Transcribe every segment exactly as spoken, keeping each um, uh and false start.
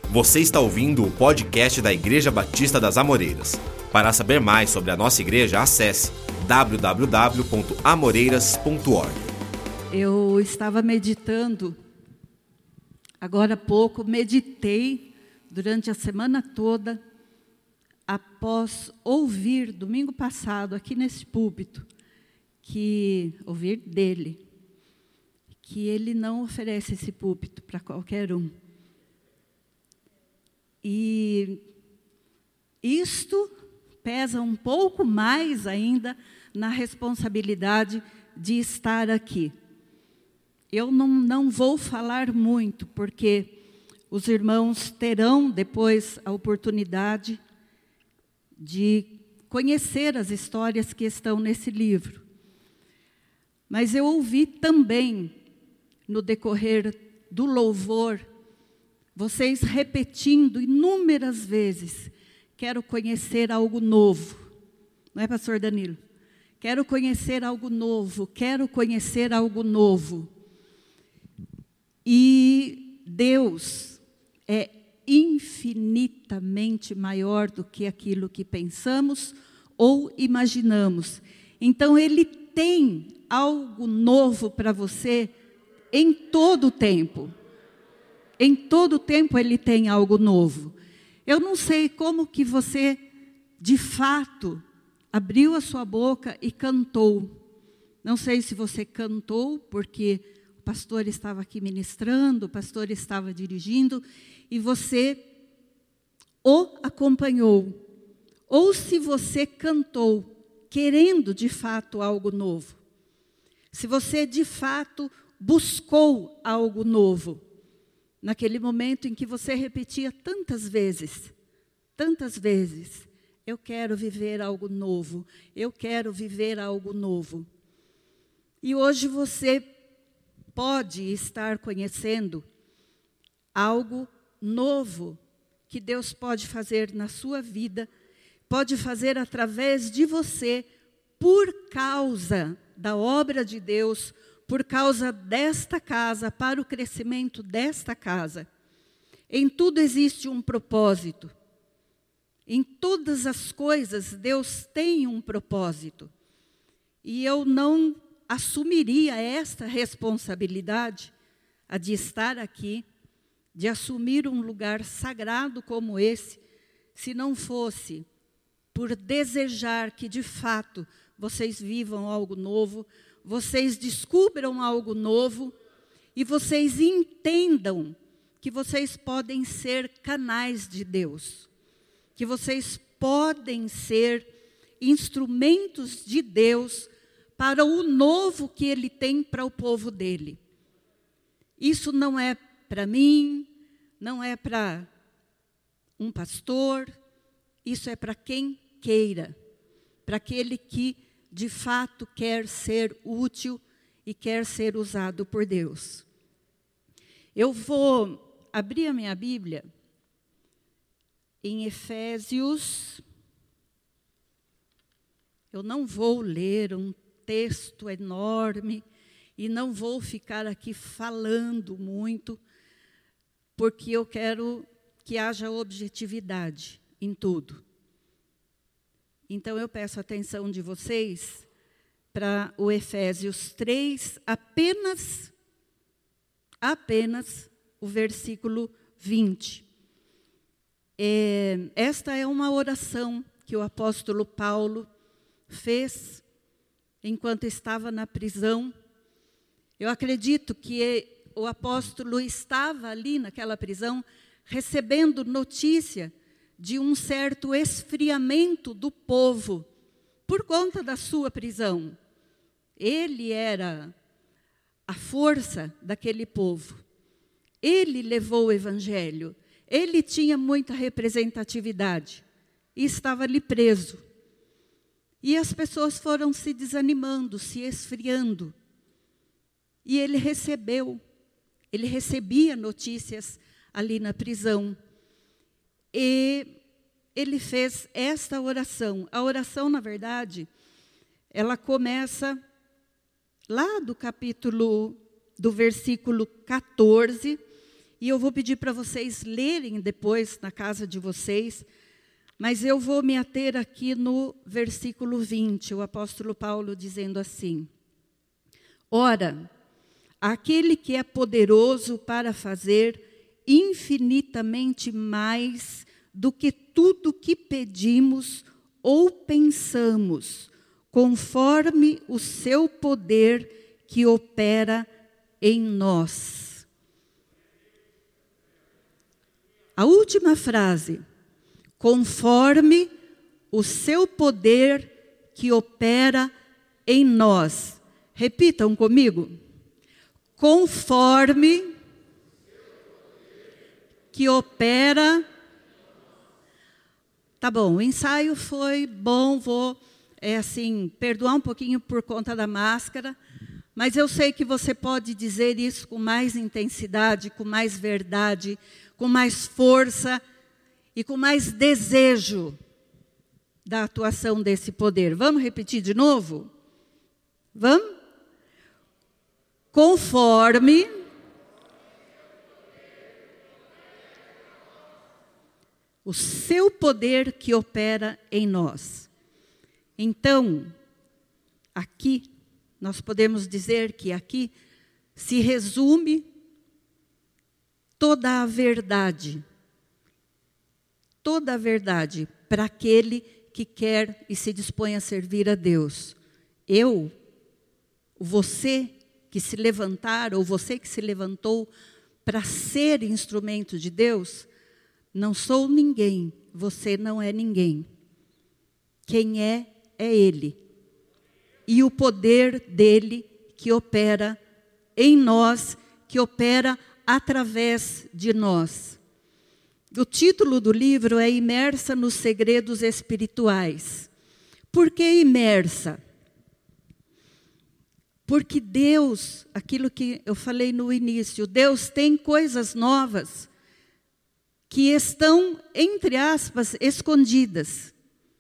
Você está ouvindo o podcast da Igreja Batista das Amoreiras. Para saber mais sobre a nossa igreja, acesse w w w ponto amoreiras ponto org. Eu estava meditando, agora há pouco, meditei durante a semana toda, após ouvir, domingo passado, aqui nesse púlpito, que, ouvir dele, que ele não oferece esse púlpito para qualquer um. E isto pesa um pouco mais ainda na responsabilidade de estar aqui. Eu não, não vou falar muito, porque os irmãos terão depois a oportunidade de conhecer as histórias que estão nesse livro. Mas eu ouvi também, no decorrer do louvor, vocês repetindo inúmeras vezes, quero conhecer algo novo. Não é, pastor Danilo? Quero conhecer algo novo, quero conhecer algo novo. E Deus é infinitamente maior do que aquilo que pensamos ou imaginamos. Então, Ele tem algo novo para você em todo o tempo. Em todo o tempo Ele tem algo novo. Eu não sei como que você, de fato, abriu a sua boca e cantou. Não sei se você cantou porque o pastor estava aqui ministrando, o pastor estava dirigindo, e você o acompanhou. Ou se você cantou, querendo de fato algo novo. Se você de fato buscou algo novo. Naquele momento em que você repetia tantas vezes, tantas vezes, eu quero viver algo novo, eu quero viver algo novo. E hoje você pode estar conhecendo algo novo que Deus pode fazer na sua vida, pode fazer através de você, por causa da obra de Deus, por causa desta casa, para o crescimento desta casa. Em tudo existe um propósito. Em todas as coisas, Deus tem um propósito. E eu não assumiria esta responsabilidade, a de estar aqui, de assumir um lugar sagrado como esse, se não fosse por desejar que, de fato, vocês vivam algo novo, vocês descubram algo novo e vocês entendam que vocês podem ser canais de Deus, que vocês podem ser instrumentos de Deus para o novo que Ele tem para o povo dEle. Isso não é para mim, não é para um pastor, isso é para quem queira, para aquele que de fato quer ser útil e quer ser usado por Deus. Eu vou abrir a minha Bíblia em Efésios. Eu não vou ler um texto enorme e não vou ficar aqui falando muito, porque eu quero que haja objetividade em tudo. Então, eu peço a atenção de vocês para o Efésios três, apenas, apenas o versículo vinte. É, esta é uma oração que o apóstolo Paulo fez enquanto estava na prisão. Eu acredito que o apóstolo estava ali naquela prisão, recebendo notícia de um certo esfriamento do povo, por conta da sua prisão. Ele era a força daquele povo. Ele levou o evangelho. Ele tinha muita representatividade. E estava ali preso. E as pessoas foram se desanimando, se esfriando. E ele recebeu, ele recebia notícias ali na prisão. E ele fez esta oração. A oração, na verdade, ela começa lá do capítulo, do versículo catorze, E eu vou pedir para vocês lerem depois na casa de vocês, mas eu vou me ater aqui no versículo vinte, o apóstolo Paulo dizendo assim: ora, aquele que é poderoso para fazer infinitamente mais do que tudo que pedimos ou pensamos, conforme o seu poder que opera em nós. A última frase, conforme o seu poder que opera em nós. Repitam comigo. Conforme que opera. Tá bom, o ensaio foi bom, vou é assim, perdoar um pouquinho por conta da máscara, mas eu sei que você pode dizer isso com mais intensidade, com mais verdade, com mais força e com mais desejo da atuação desse poder. Vamos repetir de novo? Vamos? Conforme o seu poder que opera em nós. Então, aqui, nós podemos dizer que aqui se resume toda a verdade. Toda a verdade para aquele que quer e se dispõe a servir a Deus. Eu, você que se levantar, ou você que se levantou para ser instrumento de Deus, não sou ninguém, você não é ninguém. Quem é, é Ele. E o poder dele que opera em nós, que opera através de nós. O título do livro é Imersa nos Segredos Espirituais. Por que imersa? Porque Deus, aquilo que eu falei no início, Deus tem coisas novas que estão, entre aspas, escondidas.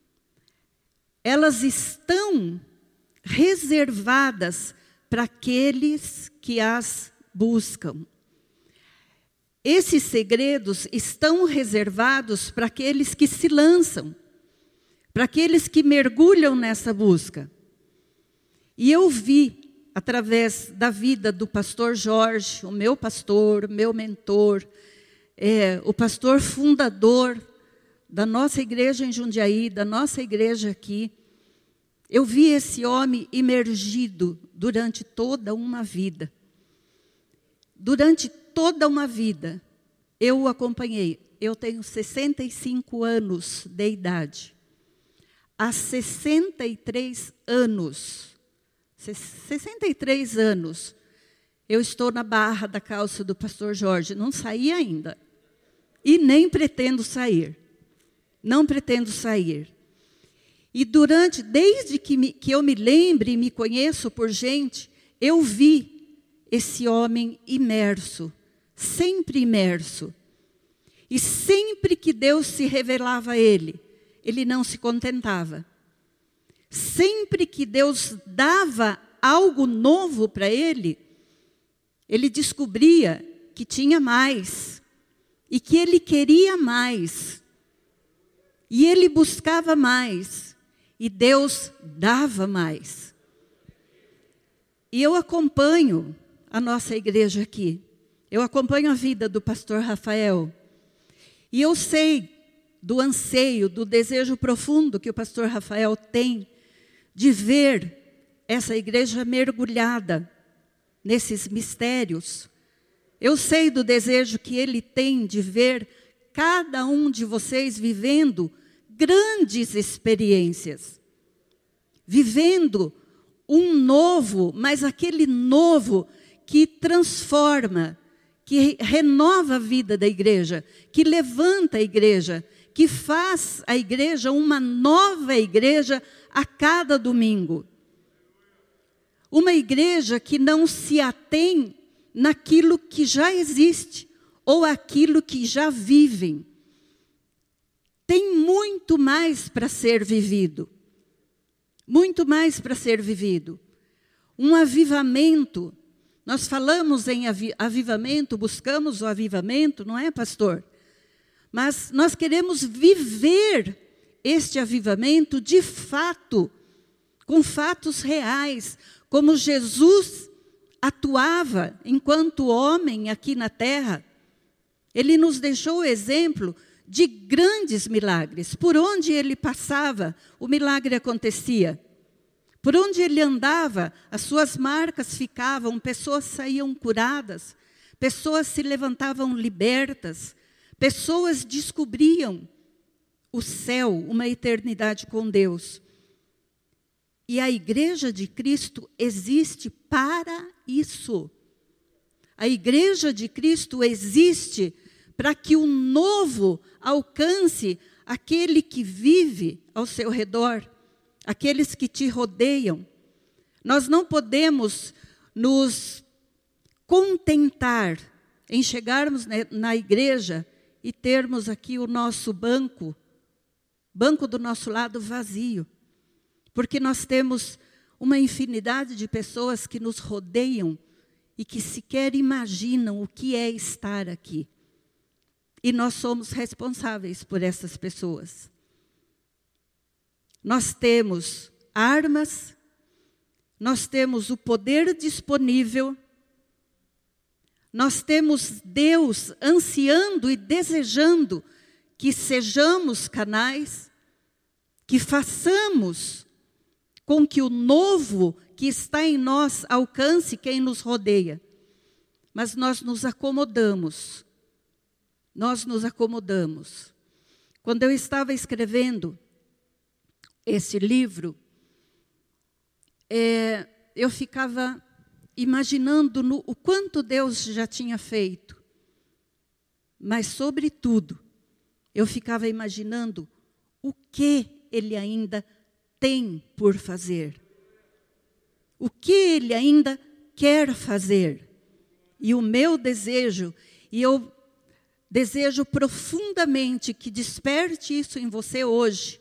Elas estão reservadas para aqueles que as buscam. Esses segredos estão reservados para aqueles que se lançam, para aqueles que mergulham nessa busca. E eu vi, através da vida do pastor Jorge, o meu pastor, meu mentor, é, o pastor fundador da nossa igreja em Jundiaí, da nossa igreja aqui, eu vi esse homem imergido durante toda uma vida. Durante toda uma vida, eu o acompanhei. Eu tenho sessenta e cinco anos de idade. Há sessenta e três anos, sessenta e três anos, eu estou na barra da calça do pastor Jorge. Não saí ainda. E nem pretendo sair. Não pretendo sair. E durante, desde que, me, que eu me lembre e me conheço por gente, eu vi esse homem imerso, sempre imerso. E sempre que Deus se revelava a ele, ele não se contentava. Sempre que Deus dava algo novo para ele, ele descobria que tinha mais. E que ele queria mais. E ele buscava mais. E Deus dava mais. E eu acompanho a nossa igreja aqui. Eu acompanho a vida do pastor Rafael. E eu sei do anseio, do desejo profundo que o pastor Rafael tem de ver essa igreja mergulhada nesses mistérios. Eu sei do desejo que ele tem de ver cada um de vocês vivendo grandes experiências, vivendo um novo, mas aquele novo que transforma, que renova a vida da igreja, que levanta a igreja, que faz a igreja uma nova igreja a cada domingo. Uma igreja que não se atém naquilo que já existe, ou aquilo que já vivem. Tem muito mais para ser vivido. Muito mais para ser vivido. Um avivamento Nós falamos em avivamento, buscamos o avivamento, não é, pastor? Mas nós queremos viver este avivamento de fato, com fatos reais, como Jesus atuava enquanto homem aqui na terra. Ele nos deixou o exemplo de grandes milagres. Por onde ele passava, o milagre acontecia. Por onde ele andava, as suas marcas ficavam, pessoas saíam curadas, pessoas se levantavam libertas, pessoas descobriam o céu, uma eternidade com Deus. E a Igreja de Cristo existe para isso. A Igreja de Cristo existe para que o novo alcance aquele que vive ao seu redor, aqueles que te rodeiam. Nós não podemos nos contentar em chegarmos na igreja e termos aqui o nosso banco, banco do nosso lado vazio, porque nós temos uma infinidade de pessoas que nos rodeiam e que sequer imaginam o que é estar aqui. E nós somos responsáveis por essas pessoas. Nós temos armas, nós temos o poder disponível, nós temos Deus ansiando e desejando que sejamos canais, que façamos com que o novo que está em nós alcance quem nos rodeia. Mas nós nos acomodamos, nós nos acomodamos. Quando eu estava escrevendo esse livro, é, eu ficava imaginando no, o quanto Deus já tinha feito. Mas, sobretudo, eu ficava imaginando o que Ele ainda tem por fazer. O que Ele ainda quer fazer. E o meu desejo, e eu desejo profundamente que desperte isso em você hoje,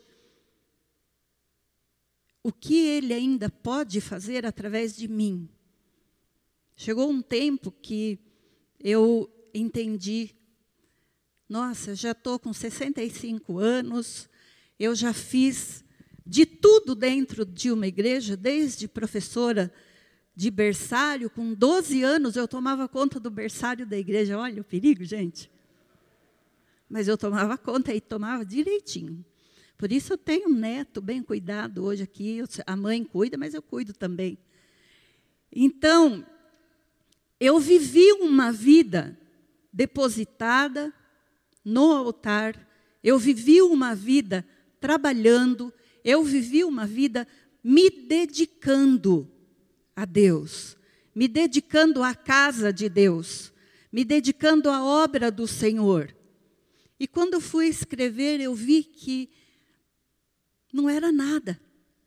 o que Ele ainda pode fazer através de mim. Chegou um tempo que eu entendi, nossa, já estou com sessenta e cinco anos, eu já fiz de tudo dentro de uma igreja, desde professora de berçário, com doze anos eu tomava conta do berçário da igreja. Olha o perigo, gente. Mas eu tomava conta e tomava direitinho. Por isso eu tenho um neto bem cuidado hoje aqui. A mãe cuida, mas eu cuido também. Então, eu vivi uma vida depositada no altar. Eu vivi uma vida trabalhando. Eu vivi uma vida me dedicando a Deus. Me dedicando à casa de Deus. Me dedicando à obra do Senhor. E quando eu fui escrever, eu vi que não era nada.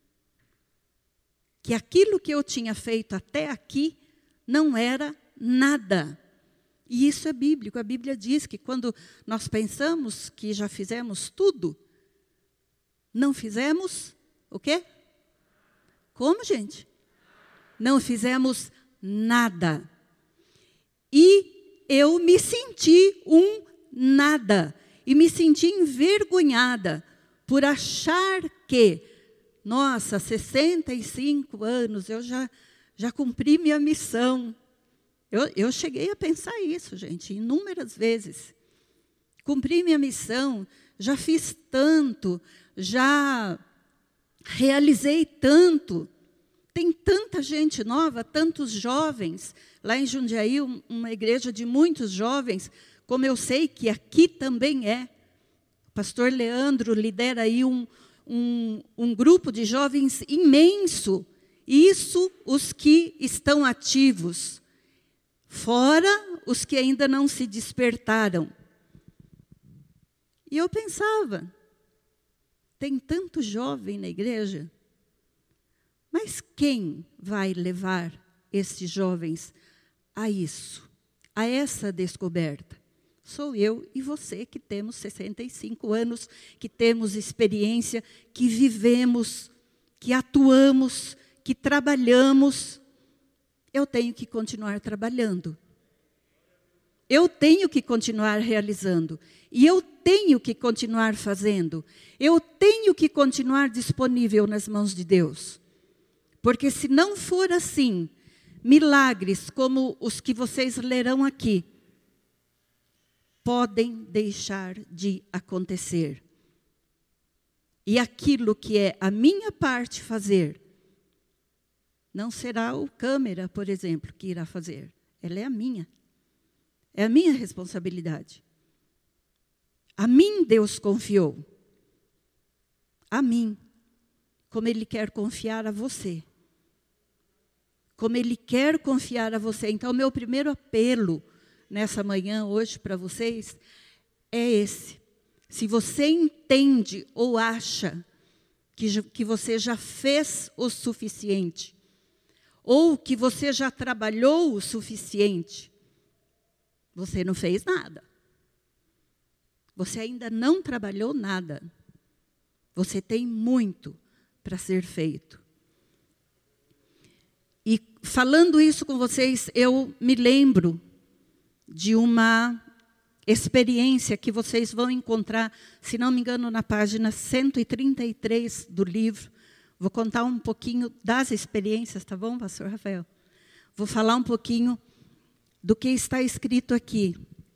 Que aquilo que eu tinha feito até aqui não era nada. E isso é bíblico. A Bíblia diz que quando nós pensamos que já fizemos tudo, não fizemos o quê? Como, gente? Não fizemos nada. E eu me senti um nada. E me senti envergonhada por achar que, nossa, sessenta e cinco anos, eu já, já cumpri minha missão. Eu, eu cheguei a pensar isso, gente, inúmeras vezes. Cumpri minha missão, já fiz tanto, já realizei tanto. Tem tanta gente nova, tantos jovens. Lá em Jundiaí, um, uma igreja de muitos jovens, como eu sei que aqui também é. O pastor Leandro lidera aí um, um, um grupo de jovens imenso. Isso os que estão ativos. Fora os que ainda não se despertaram. E eu pensava, tem tanto jovem na igreja, mas quem vai levar esses jovens a isso, a essa descoberta? Sou eu e você que temos sessenta e cinco anos, que temos experiência, que vivemos, que atuamos, que trabalhamos eu tenho que continuar trabalhando. Eu tenho que continuar realizando. E eu tenho que continuar fazendo. Eu tenho que continuar disponível nas mãos de Deus. Porque se não for assim, milagres como os que vocês lerão aqui, podem deixar de acontecer. E aquilo que é a minha parte fazer, não será o câmera, por exemplo, que irá fazer. Ela é a minha. É a minha responsabilidade. A mim Deus confiou. A mim. Como Ele quer confiar a você. Como Ele quer confiar a você. Então, meu primeiro apelo nessa manhã, hoje, para vocês, é esse. Se você entende ou acha que, que você já fez o suficiente, ou que você já trabalhou o suficiente, você não fez nada. Você ainda não trabalhou nada. Você tem muito para ser feito. E falando isso com vocês, eu me lembro de uma experiência que vocês vão encontrar, se não me engano, na página cento e trinta e três do livro. Vou contar um pouquinho das experiências, tá bom, pastor Rafael? Vou falar um pouquinho do que está escrito aqui.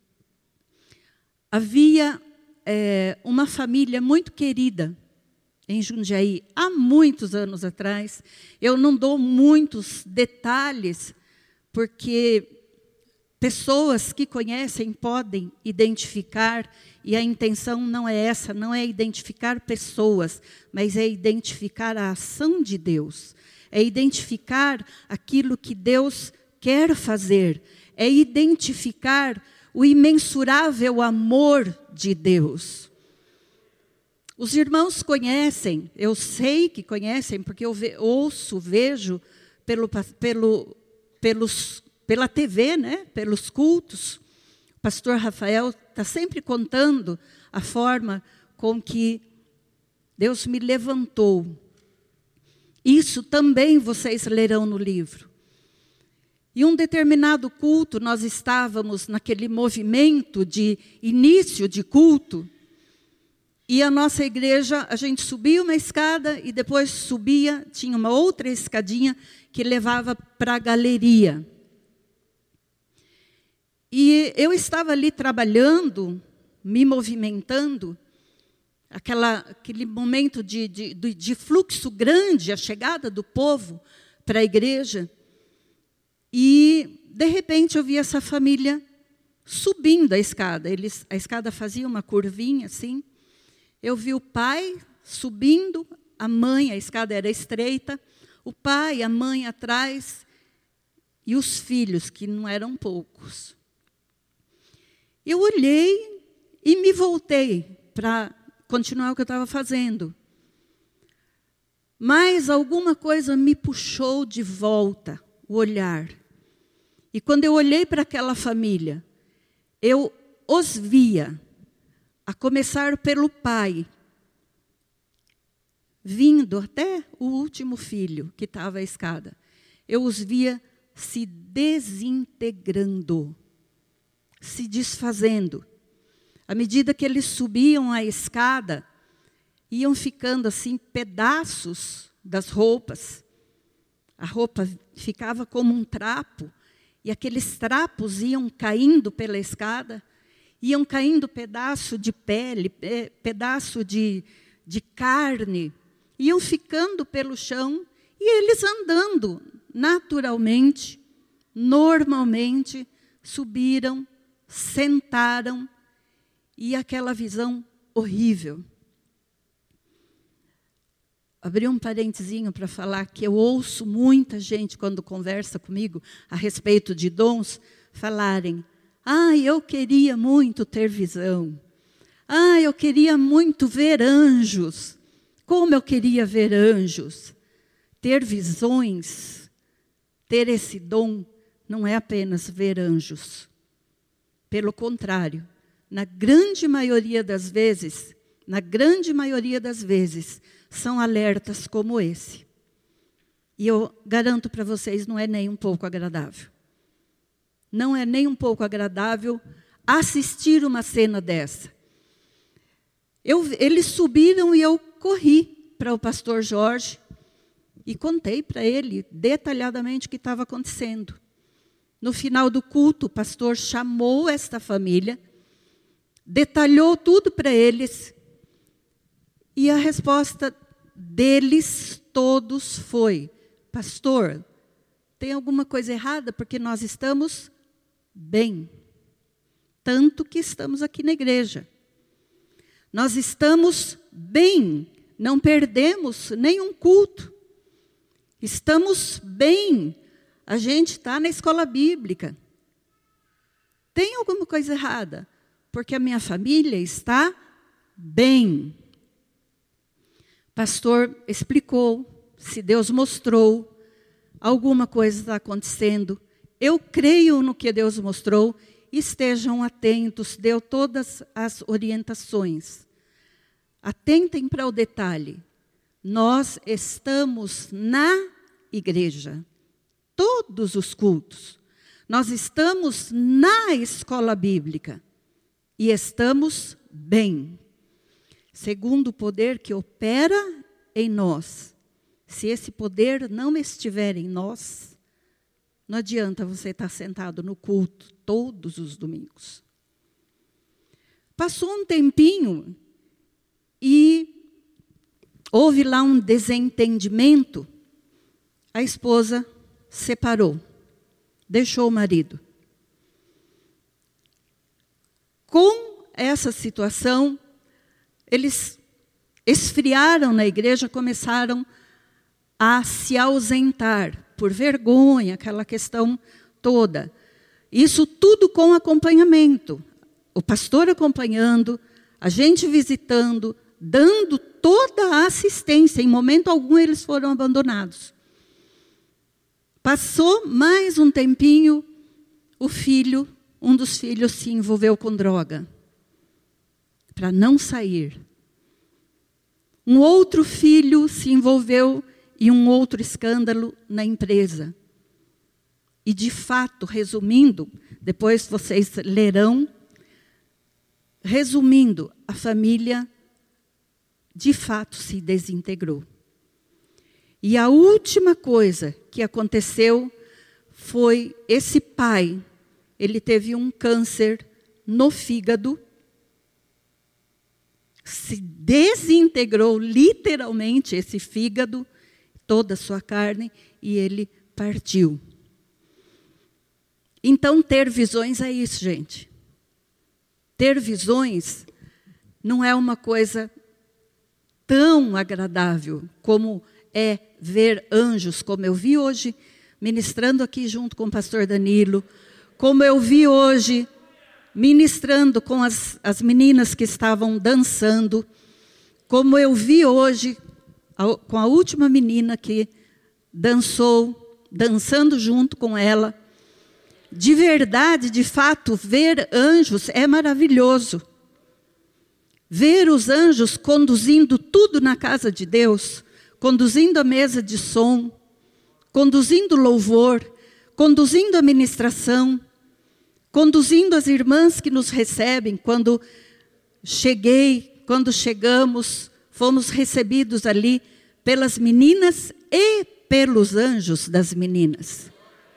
Havia é, uma família muito querida em Jundiaí, há muitos anos atrás. Eu não dou muitos detalhes, porque pessoas que conhecem podem identificar, e a intenção não é essa, não é identificar pessoas, mas é identificar a ação de Deus, é identificar aquilo que Deus quer fazer, é identificar o imensurável amor de Deus. Os irmãos conhecem, eu sei que conhecem, porque eu ve, ouço, vejo pelo, pelo, pelos, pela T V, né, pelos cultos. O pastor Rafael está sempre contando a forma com que Deus me levantou. Isso também vocês lerão no livro. E um determinado culto, nós estávamos naquele movimento de início de culto, e a nossa igreja, a gente subia uma escada e depois subia, tinha uma outra escadinha que levava para a galeria. E eu estava ali trabalhando, me movimentando, aquela, aquele momento de, de, de fluxo grande, a chegada do povo para a igreja. E, de repente, eu vi essa família subindo a escada. Eles, a escada fazia uma curvinha assim. Eu vi o pai subindo, a mãe, a escada era estreita, o pai, a mãe atrás, e os filhos, que não eram poucos. Eu olhei e me voltei para continuar o que eu estava fazendo. Mas alguma coisa me puxou de volta o olhar. E quando eu olhei para aquela família, eu os via, a começar pelo pai, vindo até o último filho que estava à escada. Eu os via se desintegrando, se desfazendo. À medida que eles subiam a escada, iam ficando assim pedaços das roupas. A roupa ficava como um trapo, e aqueles trapos iam caindo pela escada, iam caindo pedaço de pele, pedaço de, de carne, iam ficando pelo chão, e eles andando naturalmente, normalmente, subiram, sentaram, e aquela visão horrível. Abri um parentezinho para falar que eu ouço muita gente, quando conversa comigo a respeito de dons, falarem: ah, eu queria muito ter visão. Ah, eu queria muito ver anjos. Como eu queria ver anjos. Ter visões, ter esse dom, não é apenas ver anjos. Pelo contrário, na grande maioria das vezes, na grande maioria das vezes, são alertas como esse. E eu garanto para vocês, não é nem um pouco agradável. Não é nem um pouco agradável assistir uma cena dessa. Eu, eles subiram e eu corri para o pastor Jorge e contei para ele detalhadamente o que estava acontecendo. No final do culto, o pastor chamou esta família, detalhou tudo para eles, e a resposta deles todos foi: pastor, tem alguma coisa errada, porque nós estamos bem. Tanto que estamos aqui na igreja. Nós estamos bem, não perdemos nenhum culto. Estamos bem, a gente está na escola bíblica. Tem alguma coisa errada? Porque a minha família está bem. O pastor explicou, se Deus mostrou, alguma coisa está acontecendo. Eu creio no que Deus mostrou, estejam atentos, deu todas as orientações. Atentem para o detalhe. Nós estamos na igreja, todos os cultos. Nós estamos na escola bíblica e estamos bem. Segundo o poder que opera em nós. Se esse poder não estiver em nós, não adianta você estar sentado no culto todos os domingos. Passou um tempinho e houve lá um desentendimento. A esposa separou, deixou o marido. Com essa situação, eles esfriaram na igreja, começaram a se ausentar, por vergonha, aquela questão toda. Isso tudo com acompanhamento. O pastor acompanhando, a gente visitando, dando toda a assistência. Em momento algum eles foram abandonados. Passou mais um tempinho, o filho, um dos filhos se envolveu com droga. Para não sair. Um outro filho se envolveu e um outro escândalo na empresa. E, de fato, resumindo, depois vocês lerão, resumindo, a família, de fato, se desintegrou. E a última coisa que aconteceu foi esse pai, ele teve um câncer no fígado, se desintegrou literalmente esse fígado, toda a sua carne, e ele partiu. Então, ter visões é isso, gente. Ter visões não é uma coisa tão agradável como é ver anjos, como eu vi hoje, ministrando aqui junto com o pastor Danilo, como eu vi hoje, ministrando com as, as meninas que estavam dançando, como eu vi hoje, com a última menina que dançou, dançando junto com ela. De verdade, de fato, ver anjos é maravilhoso. Ver os anjos conduzindo tudo na casa de Deus, conduzindo a mesa de som, conduzindo louvor, conduzindo a ministração, conduzindo as irmãs que nos recebem. Quando cheguei, quando chegamos, fomos recebidos ali pelas meninas e pelos anjos das meninas.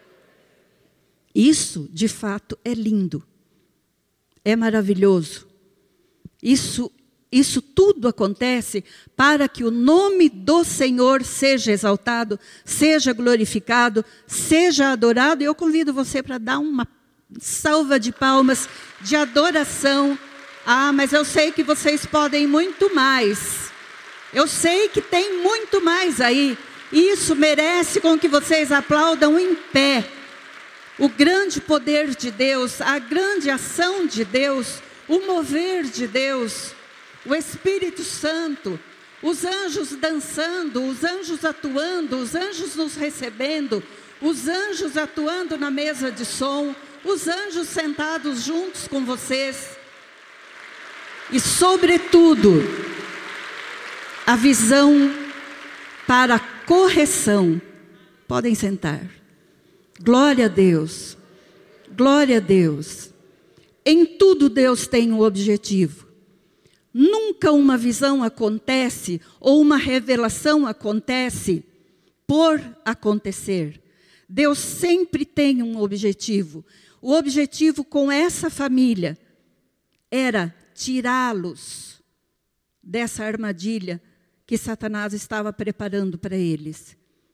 Isso, de fato, é lindo. É maravilhoso. Isso, isso tudo acontece para que o nome do Senhor seja exaltado, seja glorificado, seja adorado. E eu convido você para dar uma salva de palmas de adoração. Ah, mas eu sei que vocês podem muito mais. Eu sei que tem muito mais aí. Isso merece com que vocês aplaudam em pé. O grande poder de Deus, a grande ação de Deus, o mover de Deus, o Espírito Santo, os anjos dançando, os anjos atuando, os anjos nos recebendo, os anjos atuando na mesa de som, os anjos sentados juntos com vocês. E, sobretudo, a visão para a correção Podem sentar. Glória a Deus. Glória a Deus. Em tudo Deus tem um objetivo. Nunca uma visão acontece ou uma revelação acontece por acontecer. Deus sempre tem um objetivo. O objetivo com essa família era tirá-los dessa armadilha que Satanás estava preparando para eles.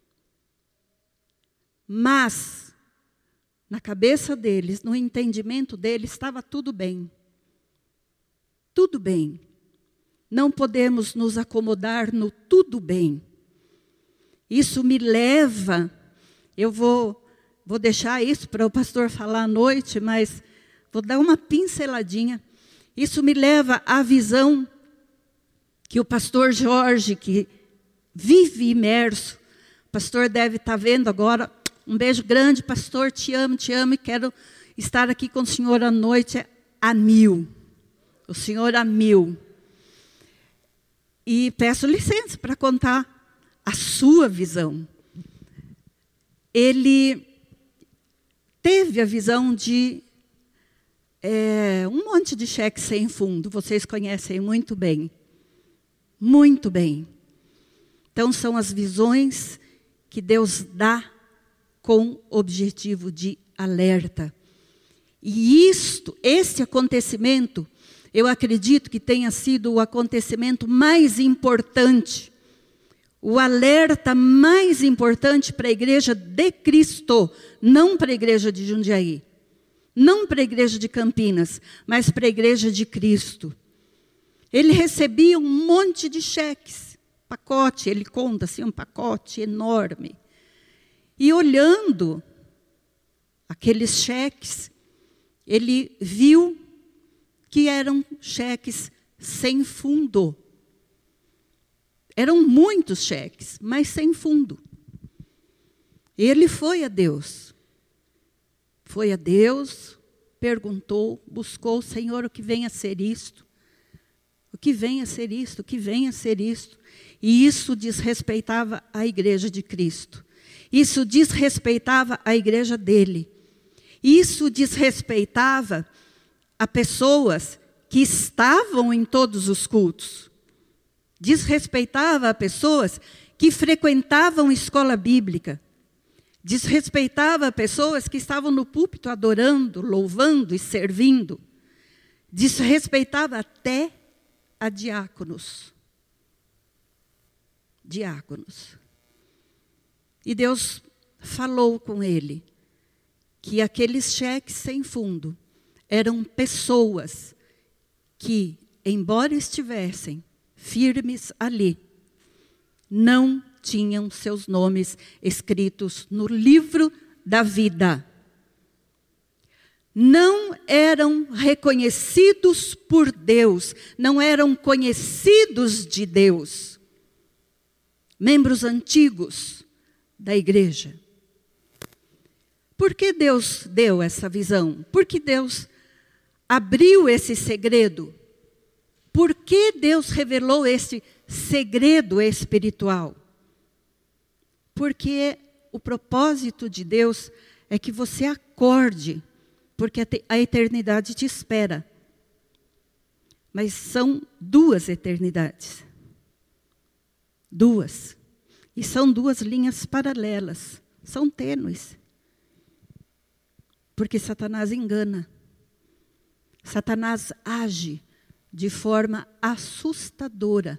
Mas, na cabeça deles, no entendimento deles, estava tudo bem. Tudo bem. Não podemos nos acomodar no tudo bem. Isso me leva, eu vou, vou deixar isso para o pastor falar à noite, mas vou dar uma pinceladinha. Isso me leva à visão que o pastor Jorge, que vive imerso, o pastor deve estar vendo agora. Um beijo grande, pastor, te amo, te amo e quero estar aqui com o senhor à noite a mil. O senhor a mil. E peço licença para contar a sua visão. Ele teve a visão de é, um monte de cheque sem fundo. Vocês conhecem muito bem. Muito bem. Então, são as visões que Deus dá com objetivo de alerta. E isto, esse acontecimento, eu acredito que tenha sido o acontecimento mais importante, o alerta mais importante para a igreja de Cristo, não para a igreja de Jundiaí, não para a igreja de Campinas, mas para a igreja de Cristo. Ele recebia um monte de cheques, pacote, ele conta assim, um pacote enorme. E olhando aqueles cheques, ele viu que eram cheques sem fundo. Eram muitos cheques, mas sem fundo. Ele foi a Deus. Foi a Deus, perguntou, buscou, Senhor, o que vem a ser isto? O que vem a ser isto? O que vem a ser isto? E isso desrespeitava a igreja de Cristo. Isso desrespeitava a igreja dele. Isso desrespeitava a pessoas que estavam em todos os cultos. Desrespeitava a pessoas que frequentavam escola bíblica. Desrespeitava a pessoas que estavam no púlpito adorando, louvando e servindo. Desrespeitava até a diáconos. Diáconos. E Deus falou com ele que aqueles cheques sem fundo eram pessoas que, embora estivessem firmes ali, não tinham seus nomes escritos no livro da vida. Não eram reconhecidos por Deus, não eram conhecidos de Deus. Membros antigos da igreja. Por que Deus deu essa visão? Por que Deus abriu esse segredo? Por que Deus revelou esse segredo espiritual? Porque o propósito de Deus é que você acorde, porque a eternidade te espera. Mas são duas eternidades. Duas. E são duas linhas paralelas. São tênues. Porque Satanás engana. Satanás age de forma assustadora.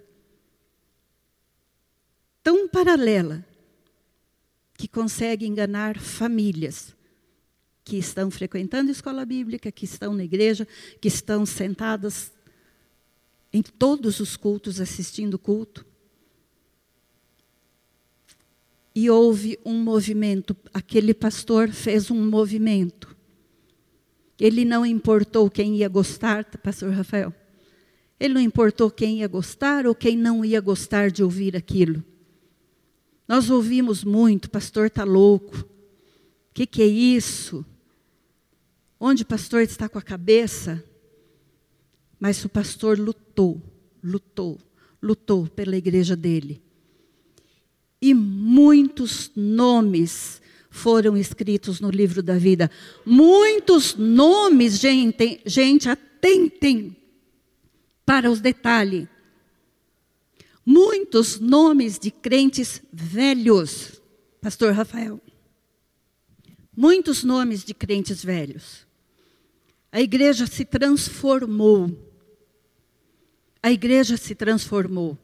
Tão paralela que consegue enganar famílias que estão frequentando a escola bíblica, que estão na igreja, que estão sentadas em todos os cultos, assistindo o culto. E houve um movimento, aquele pastor fez um movimento. Ele não importou quem ia gostar, pastor Rafael. Ele não importou quem ia gostar ou quem não ia gostar de ouvir aquilo. Nós ouvimos muito, pastor está louco. O que, que é isso? Onde o pastor está com a cabeça? Mas o pastor lutou, lutou, lutou pela igreja dele. E muitos nomes foram escritos no livro da vida. Muitos nomes, gente, gente, atentem para os detalhes. Muitos nomes de crentes velhos, pastor Rafael. Muitos nomes de crentes velhos. A igreja se transformou. A igreja se transformou.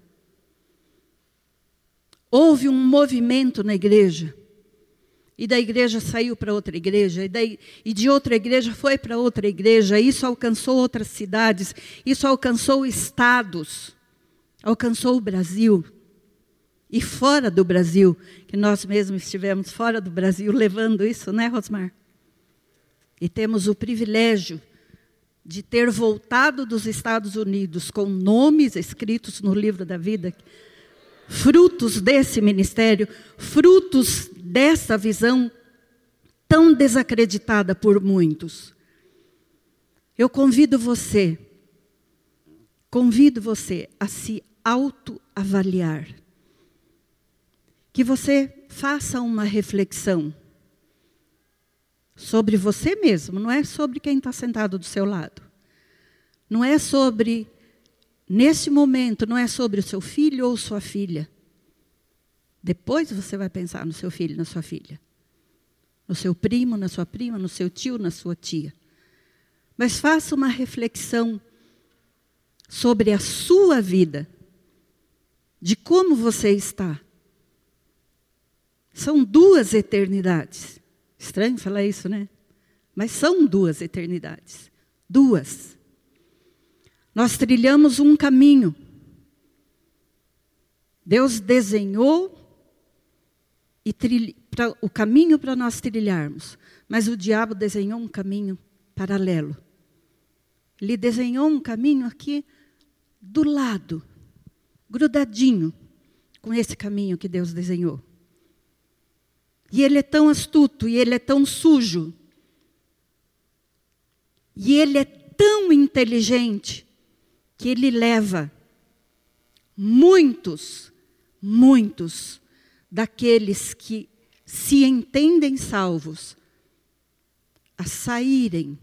Houve um movimento na igreja. E da igreja saiu para outra igreja. E, daí, e de outra igreja foi para outra igreja. Isso alcançou outras cidades. Isso alcançou estados. Alcançou o Brasil. E fora do Brasil, que nós mesmos estivemos fora do Brasil levando isso, né, Rosmar? E temos o privilégio de ter voltado dos Estados Unidos com nomes escritos no livro da vida, frutos desse ministério, frutos dessa visão tão desacreditada por muitos. Eu convido você, convido você a se autoavaliar. Que você faça uma reflexão sobre você mesmo, não é sobre quem está sentado do seu lado. Não é sobre, nesse momento, não é sobre o seu filho ou sua filha. Depois você vai pensar no seu filho e na sua filha. No seu primo, na sua prima, no seu tio, na sua tia. Mas faça uma reflexão sobre a sua vida. De como você está. São duas eternidades. Estranho falar isso, né? Mas são duas eternidades. Duas. Nós trilhamos um caminho. Deus desenhou e trilha, pra, o caminho para nós trilharmos. Mas o diabo desenhou um caminho paralelo. Ele desenhou um caminho aqui do lado, grudadinho com esse caminho que Deus desenhou. E ele é tão astuto, e ele é tão sujo. E ele é tão inteligente, que ele leva muitos, muitos daqueles que se entendem salvos a saírem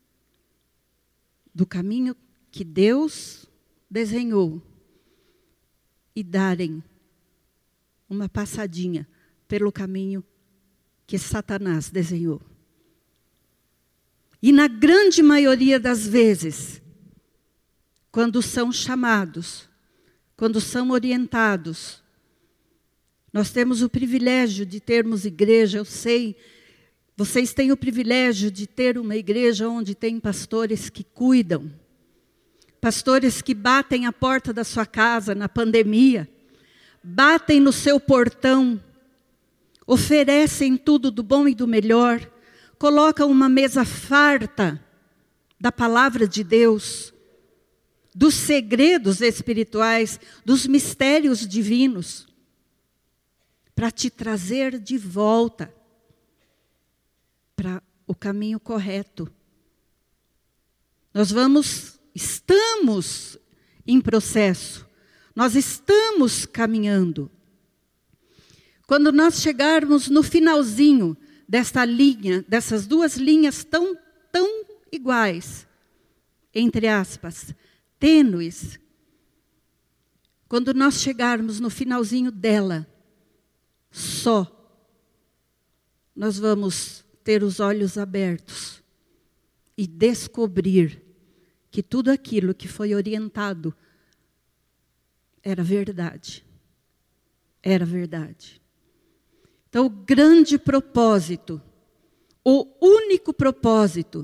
do caminho que Deus desenhou e darem uma passadinha pelo caminho que Satanás desenhou. E na grande maioria das vezes, quando são chamados, quando são orientados, nós temos o privilégio de termos igreja, eu sei, vocês têm o privilégio de ter uma igreja onde tem pastores que cuidam, pastores que batem a porta da sua casa na pandemia, batem no seu portão, oferecem tudo do bom e do melhor, colocam uma mesa farta da palavra de Deus, dos segredos espirituais, dos mistérios divinos, para te trazer de volta para o caminho correto. Nós vamos, estamos em processo, nós estamos caminhando. Quando nós chegarmos no finalzinho desta linha, dessas duas linhas tão, tão iguais, entre aspas, tênues, quando nós chegarmos no finalzinho dela, só, nós vamos ter os olhos abertos e descobrir que tudo aquilo que foi orientado era verdade. Era verdade. Então, o grande propósito, o único propósito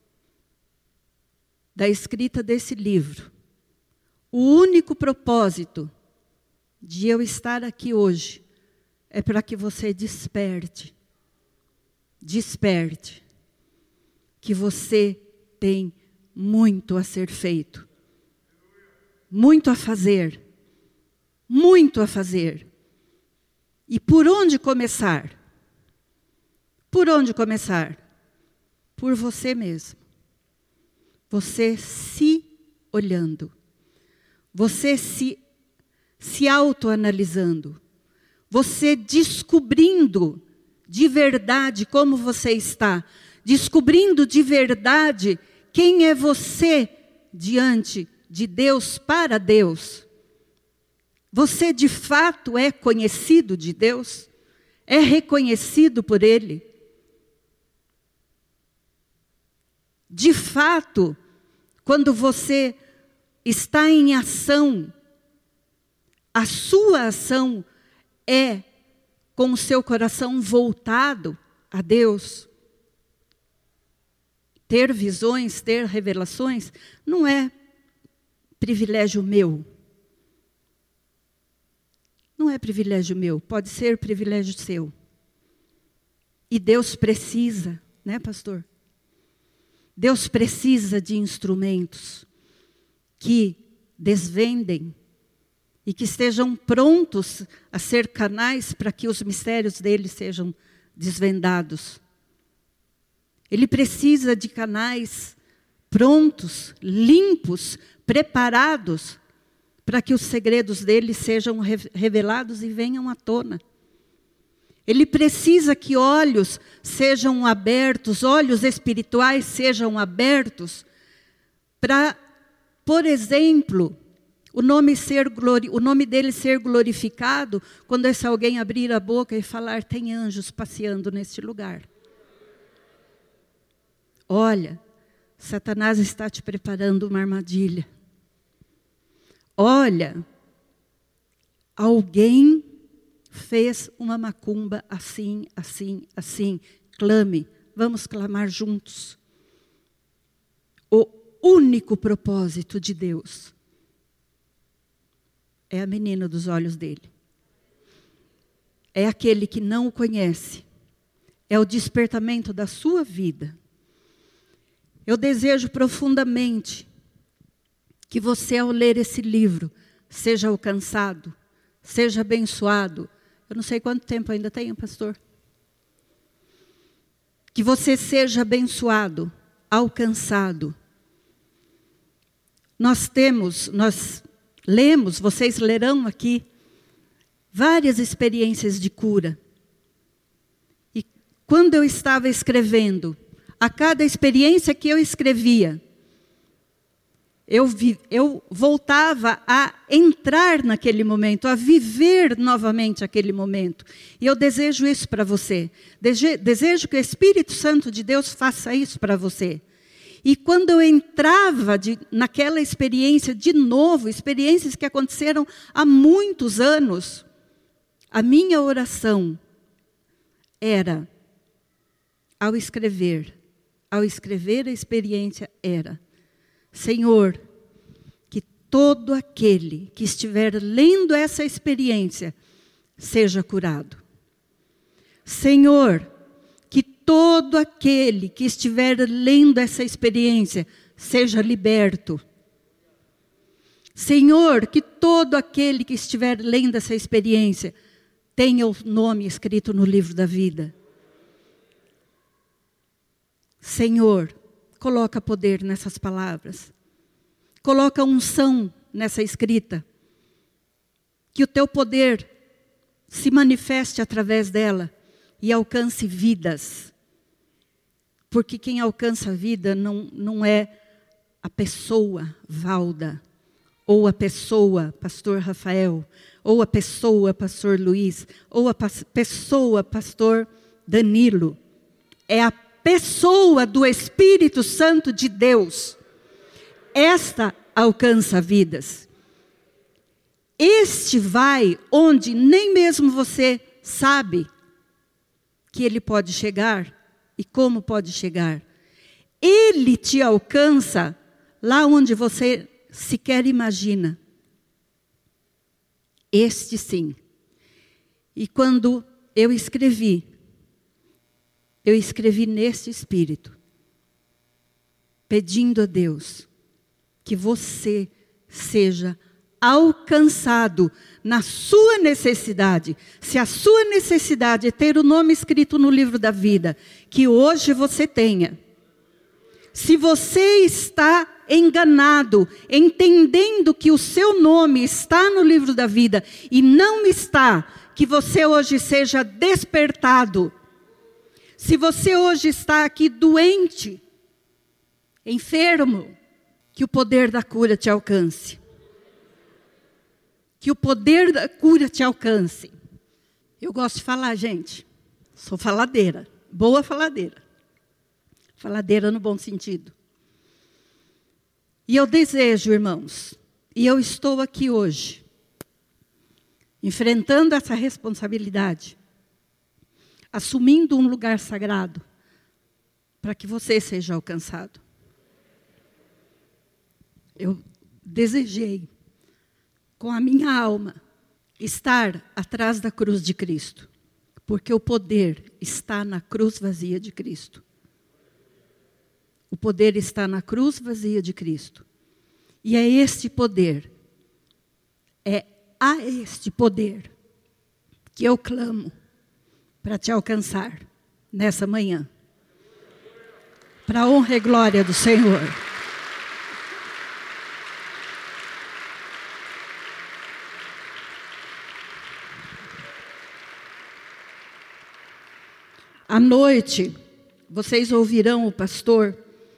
da escrita desse livro, o único propósito de eu estar aqui hoje é para que você desperte, desperte, que você tem muito a ser feito, muito a fazer, muito a fazer. E por onde começar? Por onde começar? Por você mesmo. Você se olhando. Você se, se autoanalisando. você descobrindo de verdade como você está, descobrindo de verdade quem é você diante de Deus, para Deus. Você de fato é conhecido de Deus? É reconhecido por Ele? De fato, quando você está em ação, a sua ação é com o seu coração voltado a Deus? Ter visões, ter revelações, não é privilégio meu. Não é privilégio meu, pode ser privilégio seu. E Deus precisa, né, pastor? Deus precisa de instrumentos que desvendem e que estejam prontos a ser canais para que os mistérios dele sejam desvendados. Ele precisa de canais prontos, limpos, preparados, para que os segredos dele sejam revelados e venham à tona. Ele precisa que olhos sejam abertos, olhos espirituais sejam abertos, para, por exemplo, o nome, ser glori... o nome dele ser glorificado, quando esse alguém abrir a boca e falar, tem anjos passeando neste lugar. Olha, Satanás está te preparando uma armadilha. Olha, alguém fez uma macumba assim, assim, assim. Clame, vamos clamar juntos. O único propósito de Deus é a menina dos olhos dele. É aquele que não o conhece. É o despertamento da sua vida. Eu desejo profundamente que você, ao ler esse livro, seja alcançado, seja abençoado. Eu não sei quanto tempo ainda tenho, pastor. Que você seja abençoado, alcançado. Nós temos, nós lemos, vocês lerão aqui, várias experiências de cura. E quando eu estava escrevendo, a cada experiência que eu escrevia, Eu, vi, eu voltava a entrar naquele momento, a viver novamente aquele momento. E eu desejo isso para você. Dese, desejo que o Espírito Santo de Deus faça isso para você. E quando eu entrava de, naquela experiência de novo, experiências que aconteceram há muitos anos, a minha oração era, ao escrever, ao escrever a experiência era, Senhor, que todo aquele que estiver lendo essa experiência seja curado. Senhor, que todo aquele que estiver lendo essa experiência seja liberto. Senhor, que todo aquele que estiver lendo essa experiência tenha o nome escrito no livro da vida. Senhor, coloca poder nessas palavras. Coloca unção nessa escrita. Que o teu poder se manifeste através dela e alcance vidas. Porque quem alcança a vida não, não é a pessoa Valda, ou a pessoa pastor Rafael, ou a pessoa pastor Luiz, ou a pessoa pastor Danilo. É a pessoa do Espírito Santo de Deus. Esta alcança vidas. Este vai onde nem mesmo você sabe que ele pode chegar e como pode chegar. Ele te alcança lá onde você sequer imagina. Este sim. E quando eu escrevi, eu escrevi nesse espírito, pedindo a Deus que você seja alcançado na sua necessidade. Se a sua necessidade é ter o nome escrito no livro da vida, que hoje você tenha. Se você está enganado, entendendo que o seu nome está no livro da vida e não está, que você hoje seja despertado. Se você hoje está aqui doente, enfermo, que o poder da cura te alcance. Que o poder da cura te alcance. Eu gosto de falar, gente. Sou faladeira. Boa faladeira. Faladeira no bom sentido. E eu desejo, irmãos, e eu estou aqui hoje, enfrentando essa responsabilidade, assumindo um lugar sagrado, para que você seja alcançado. Eu desejei, com a minha alma, estar atrás da cruz de Cristo, porque o poder está na cruz vazia de Cristo. O poder está na cruz vazia de Cristo. E é este poder, é a este poder que eu clamo para te alcançar nessa manhã. Para a honra e glória do Senhor. À noite, vocês ouvirão o pastor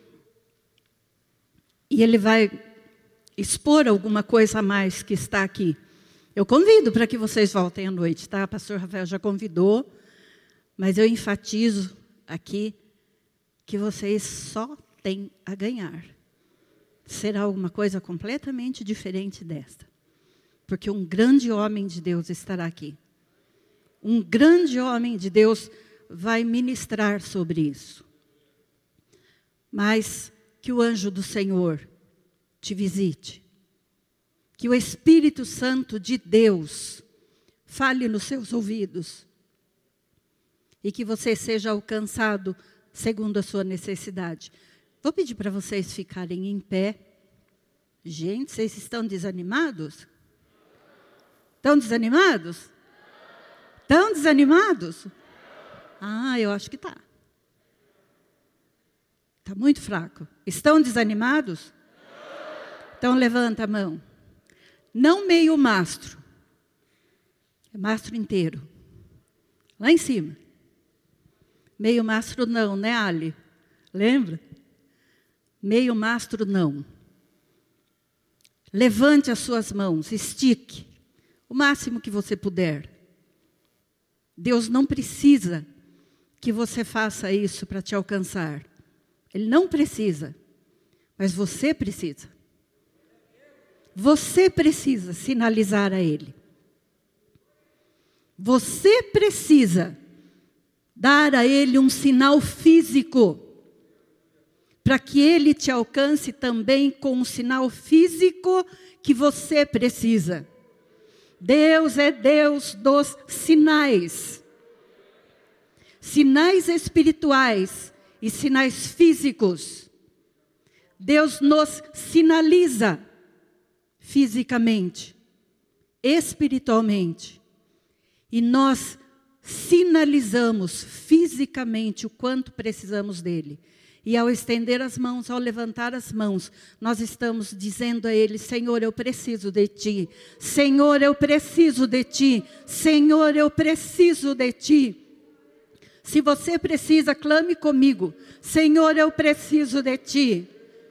e ele vai expor alguma coisa a mais que está aqui. Eu convido para que vocês voltem à noite, tá? O pastor Rafael já convidou, mas eu enfatizo aqui que vocês só têm a ganhar. Será alguma coisa completamente diferente desta. Porque um grande homem de Deus estará aqui. Um grande homem de Deus vai ministrar sobre isso. Mas que o anjo do Senhor te visite. Que o Espírito Santo de Deus fale nos seus ouvidos. E que você seja alcançado segundo a sua necessidade. Vou pedir para vocês ficarem em pé. Gente, vocês estão desanimados? Estão desanimados? Estão desanimados? Ah, eu acho que está. Está muito fraco. Estão desanimados? Então levanta a mão. Não meio mastro. É mastro inteiro. Lá em cima. Meio mastro não, né, Ali? Lembra? Meio mastro não. Levante as suas mãos, estique. O máximo que você puder. Deus não precisa que você faça isso para te alcançar. Ele não precisa. Mas você precisa. Você precisa sinalizar a Ele. Você precisa dar a Ele um sinal físico, para que Ele te alcance também com um sinal físico que você precisa. Deus é Deus dos sinais. Sinais espirituais e sinais físicos. Deus nos sinaliza fisicamente, espiritualmente. E nós sinalizamos fisicamente o quanto precisamos dele. E ao estender as mãos, ao levantar as mãos, nós estamos dizendo a Ele: Senhor, eu preciso de Ti. Senhor, eu preciso de Ti. Senhor, eu preciso de Ti. Se você precisa, clame comigo. Senhor, eu preciso de Ti.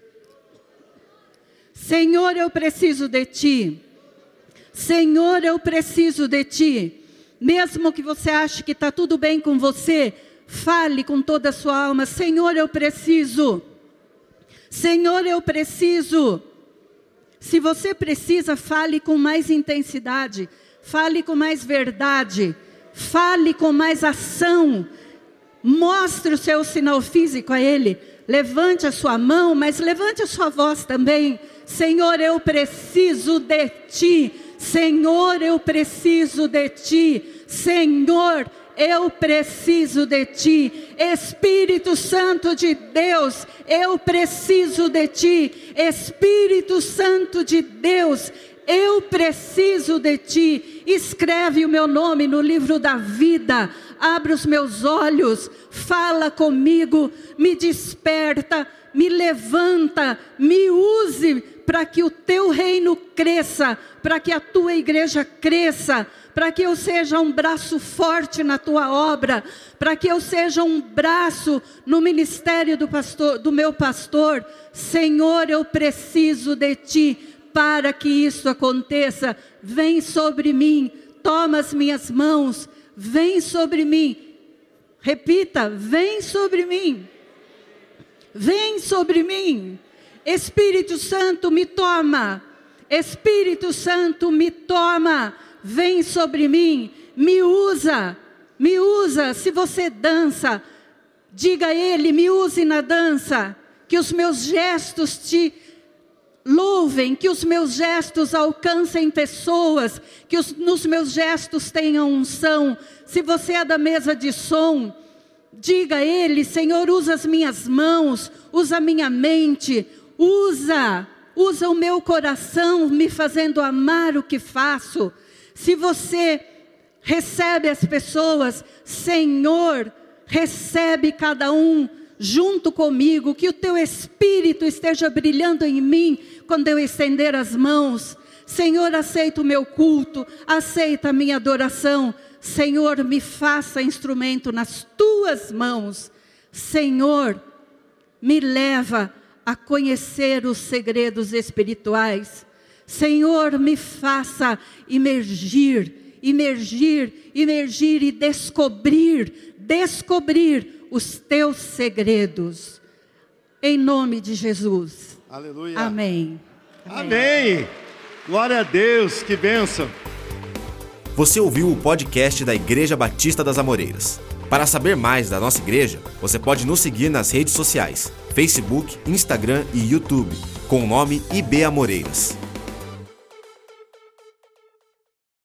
Senhor, eu preciso de Ti. Senhor, eu preciso de Ti. Mesmo que você ache que está tudo bem com você, fale com toda a sua alma: Senhor, eu preciso. Senhor, eu preciso. Se você precisa, fale com mais intensidade. Fale com mais verdade. Fale com mais ação. Mostre o seu sinal físico a Ele. Levante a sua mão, mas levante a sua voz também. Senhor, eu preciso de Ti. Senhor, eu preciso de Ti. Senhor, eu preciso de Ti. Espírito Santo de Deus, eu preciso de Ti. Espírito Santo de Deus, Eu preciso de Ti. Escreve o meu nome no livro da vida. Abre os meus olhos. Fala comigo. Me desperta. Me levanta. Me use para que o Teu reino cresça. Para que a Tua igreja cresça. Para que eu seja um braço forte na Tua obra. Para que eu seja um braço no ministério do, pastor, do meu pastor. Senhor, eu preciso de Ti. Para que isso aconteça, vem sobre mim, toma as minhas mãos, vem sobre mim. Repita, vem sobre mim. Vem sobre mim. Espírito Santo, me toma. Espírito Santo, me toma. Vem sobre mim, me usa, me usa. Se você dança, diga a Ele, me use na dança. Que os meus gestos te louvem, que os meus gestos alcancem pessoas, que os, nos meus gestos tenham unção. Se você é da mesa de som, diga a Ele, Senhor, usa as minhas mãos, usa a minha mente, usa, usa o meu coração, me fazendo amar o que faço. Se você recebe as pessoas, Senhor, recebe cada um junto comigo, que o Teu Espírito esteja brilhando em mim, quando eu estender as mãos. Senhor, aceita o meu culto, aceita a minha adoração. Senhor, me faça instrumento nas Tuas mãos. Senhor, me leva a conhecer os segredos espirituais. Senhor, me faça imergir, imergir, imergir e descobrir, descobrir os Teus segredos. Em nome de Jesus. Aleluia. Amém. Amém. Amém. Glória a Deus, que bênção. Você ouviu o podcast da Igreja Batista das Amoreiras. Para saber mais da nossa igreja, você pode nos seguir nas redes sociais, Facebook, Instagram e YouTube, com o nome I B Amoreiras.